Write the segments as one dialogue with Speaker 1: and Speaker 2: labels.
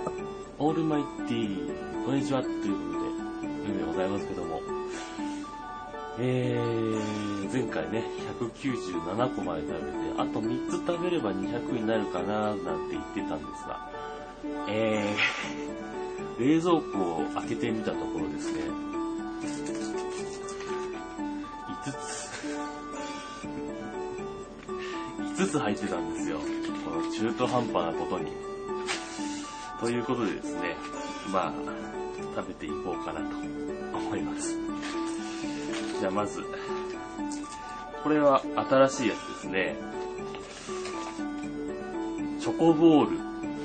Speaker 1: オールマイティー、こんにちは、ということで、意味でございますけども、前回ね、197個まで食べて、あと3つ食べれば200になるかな、なんて言ってたんですが、冷蔵庫を開けてみたところですね、5つ入ってたんですよ。この中途半端なことに。ということでですね、まあ、食べていこうかなと思います。じゃあまず、これは新しいやつですね。チョコボール、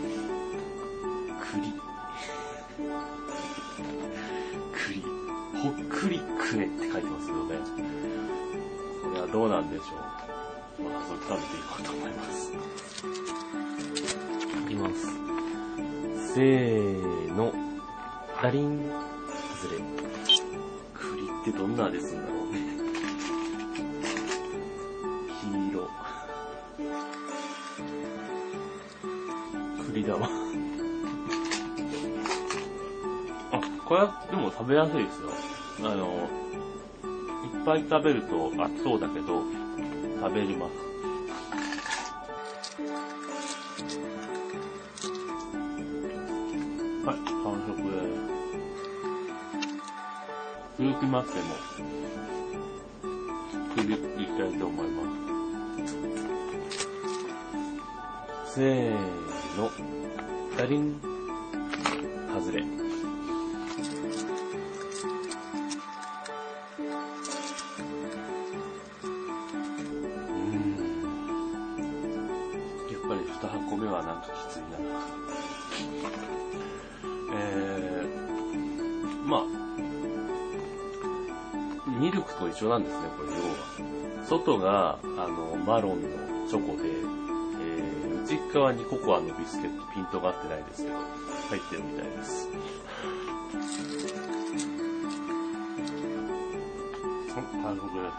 Speaker 1: 栗、ほっくりくねって書いてますけどね。これはどうなんでしょう。まあ、それ食べていこうと思います。いきます。せーの、ダリン、外れ。栗ってどんな味するんだろうね。黄色。栗だわ。あ、これはでも食べやすいですよ。いっぱい食べると熱そうだけど、食べれます。はい、完食です。続きましても、栗いきたいと思います。せーの、ダリン、外れ。やっぱり2箱目はなんかきついな。まあ、ミルクと一緒なんですね、これ要は。外が、マロンのチョコで、内側にココアのビスケット、ピントが合ってないですけど、入ってるみたいです。完食です。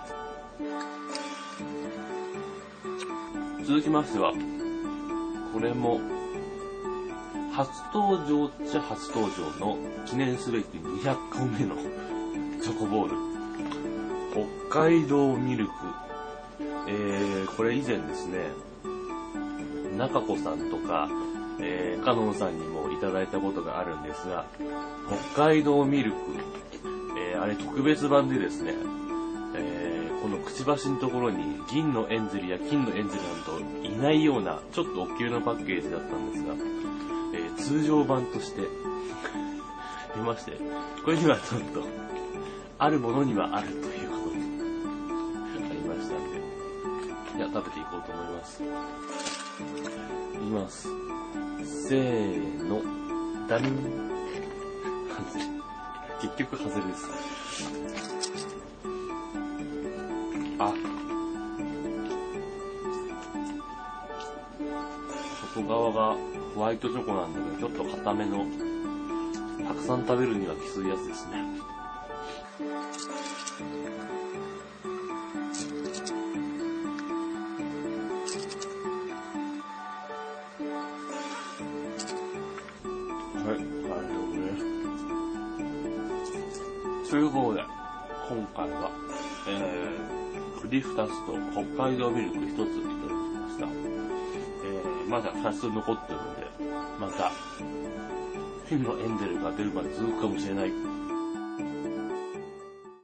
Speaker 1: 続きましては、これも、初登場っちゃ初登場の記念すべき200個目のチョコボール。北海道ミルク。これ以前ですね、中子さんとか、かのんさんにもいただいたことがあるんですが、北海道ミルク、あれ特別版でですね、このくちばしのところに銀のエンゼルや金のエンゼルなどいないようなちょっと大きめのパッケージだったんですが、通常版として出まして、これにはちょっとあるものにはあるということにありましたんで、じゃあ食べていこうと思います。いきます。せーの、ダミン。結局外れです。あ、外側がホワイトチョコなんだけど、ちょっと固めの、たくさん食べるにはきついやつですね。はい、大丈夫です。ということで、今回は、栗2つと北海道ミルク1ついただきました。まだ2つ残ってるので、また、金のエンゼルが出るまで続くかもしれない